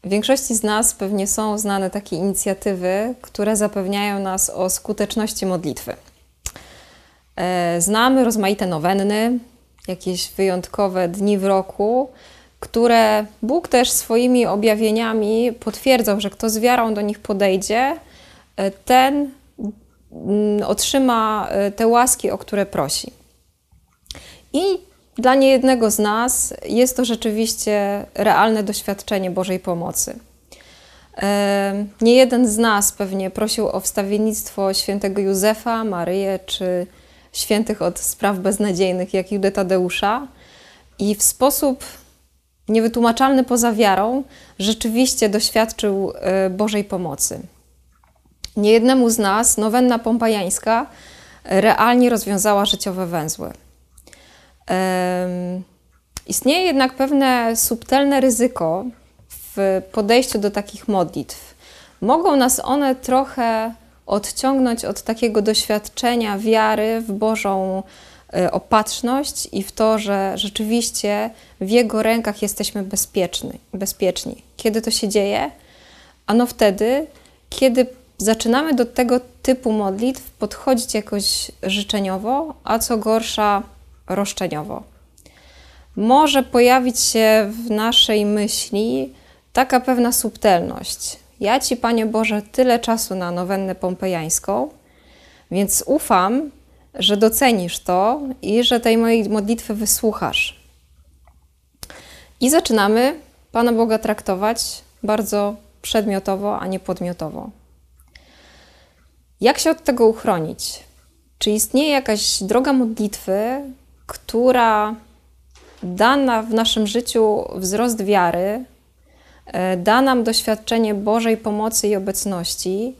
Większości z nas pewnie są znane takie inicjatywy, które zapewniają nas o skuteczności modlitwy. Znamy rozmaite nowenny, jakieś wyjątkowe dni w roku, które Bóg też swoimi objawieniami potwierdzał, że kto z wiarą do nich podejdzie, ten otrzyma te łaski, o które prosi. I dla niejednego z nas jest to rzeczywiście realne doświadczenie Bożej pomocy. Nie jeden z nas pewnie prosił o wstawiennictwo świętego Józefa, Maryję czy świętych od spraw beznadziejnych jak Judę Tadeusza i w sposób niewytłumaczalny poza wiarą rzeczywiście doświadczył Bożej pomocy. Niejednemu z nas nowenna pompajańska realnie rozwiązała życiowe węzły. Istnieje jednak pewne subtelne ryzyko w podejściu do takich modlitw. Mogą nas one trochę odciągnąć od takiego doświadczenia wiary w Bożą opatrzność i w to, że rzeczywiście w Jego rękach jesteśmy bezpieczni. Kiedy to się dzieje? Ano wtedy, kiedy zaczynamy do tego typu modlitw podchodzić jakoś życzeniowo, a co gorsza roszczeniowo. Może pojawić się w naszej myśli taka pewna subtelność. Ja Ci, Panie Boże, tyle czasu na nowennę pompejańską, więc ufam, że docenisz to i że tej mojej modlitwy wysłuchasz. I zaczynamy Pana Boga traktować bardzo przedmiotowo, a nie podmiotowo. Jak się od tego uchronić? Czy istnieje jakaś droga modlitwy, która da w naszym życiu wzrost wiary, da nam doświadczenie Bożej pomocy i obecności,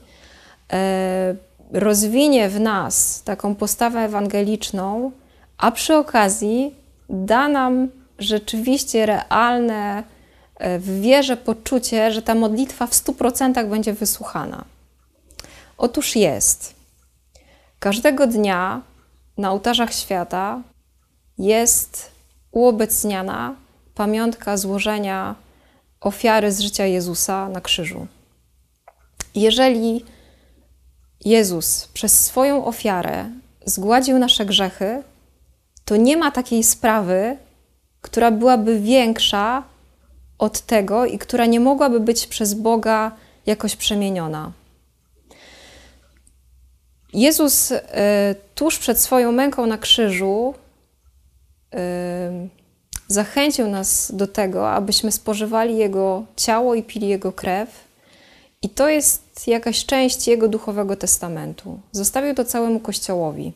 rozwinie w nas taką postawę ewangeliczną, a przy okazji da nam rzeczywiście realne w wierze poczucie, że ta modlitwa w 100% będzie wysłuchana. Otóż jest. Każdego dnia na ołtarzach świata jest uobecniana pamiątka złożenia ofiary z życia Jezusa na krzyżu. Jeżeli Jezus przez swoją ofiarę zgładził nasze grzechy, to nie ma takiej sprawy, która byłaby większa od tego i która nie mogłaby być przez Boga jakoś przemieniona. Jezus tuż przed swoją męką na krzyżu zachęcił nas do tego, abyśmy spożywali Jego ciało i pili Jego krew. I to jest jakaś część Jego duchowego testamentu. Zostawił to całemu Kościołowi.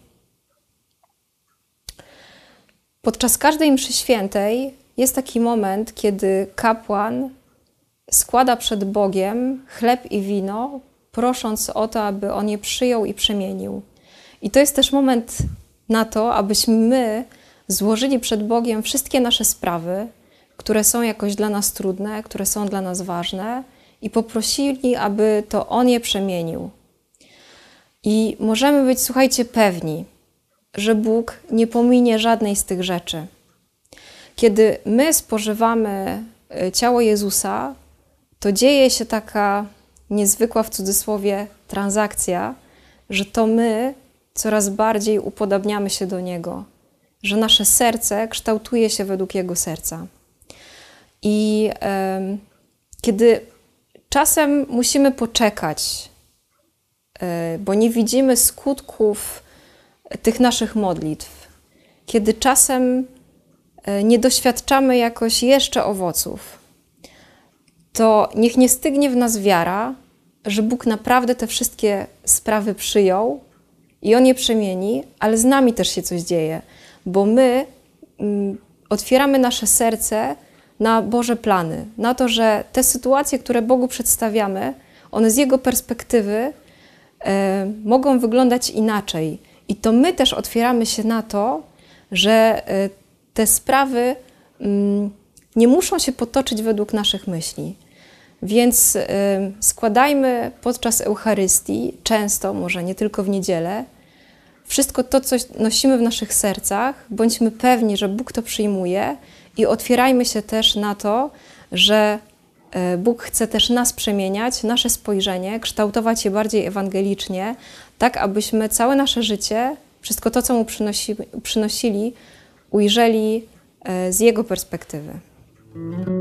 Podczas każdej mszy świętej jest taki moment, kiedy kapłan składa przed Bogiem chleb i wino, prosząc o to, aby On je przyjął i przemienił. I to jest też moment na to, abyśmy my złożyli przed Bogiem wszystkie nasze sprawy, które są jakoś dla nas trudne, które są dla nas ważne i poprosili, aby to On je przemienił. I możemy być, słuchajcie, pewni, że Bóg nie pominie żadnej z tych rzeczy. Kiedy my spożywamy ciało Jezusa, to dzieje się taka niezwykła w cudzysłowie transakcja, że to my coraz bardziej upodabniamy się do Niego, że nasze serce kształtuje się według Jego serca. I kiedy czasem musimy poczekać, bo nie widzimy skutków tych naszych modlitw, kiedy czasem nie doświadczamy jakoś jeszcze owoców, to niech nie stygnie w nas wiara, że Bóg naprawdę te wszystkie sprawy przyjął i On je przemieni, ale z nami też się coś dzieje, bo my otwieramy nasze serce na Boże plany, na to, że te sytuacje, które Bogu przedstawiamy, one z Jego perspektywy mogą wyglądać inaczej. I to my też otwieramy się na to, że te sprawy nie muszą się potoczyć według naszych myśli. Więc składajmy podczas Eucharystii, często, może nie tylko w niedzielę, wszystko to, co nosimy w naszych sercach, bądźmy pewni, że Bóg to przyjmuje i otwierajmy się też na to, że Bóg chce też nas przemieniać, nasze spojrzenie, kształtować je bardziej ewangelicznie, tak abyśmy całe nasze życie, wszystko to, co Mu przynosili, ujrzeli z Jego perspektywy.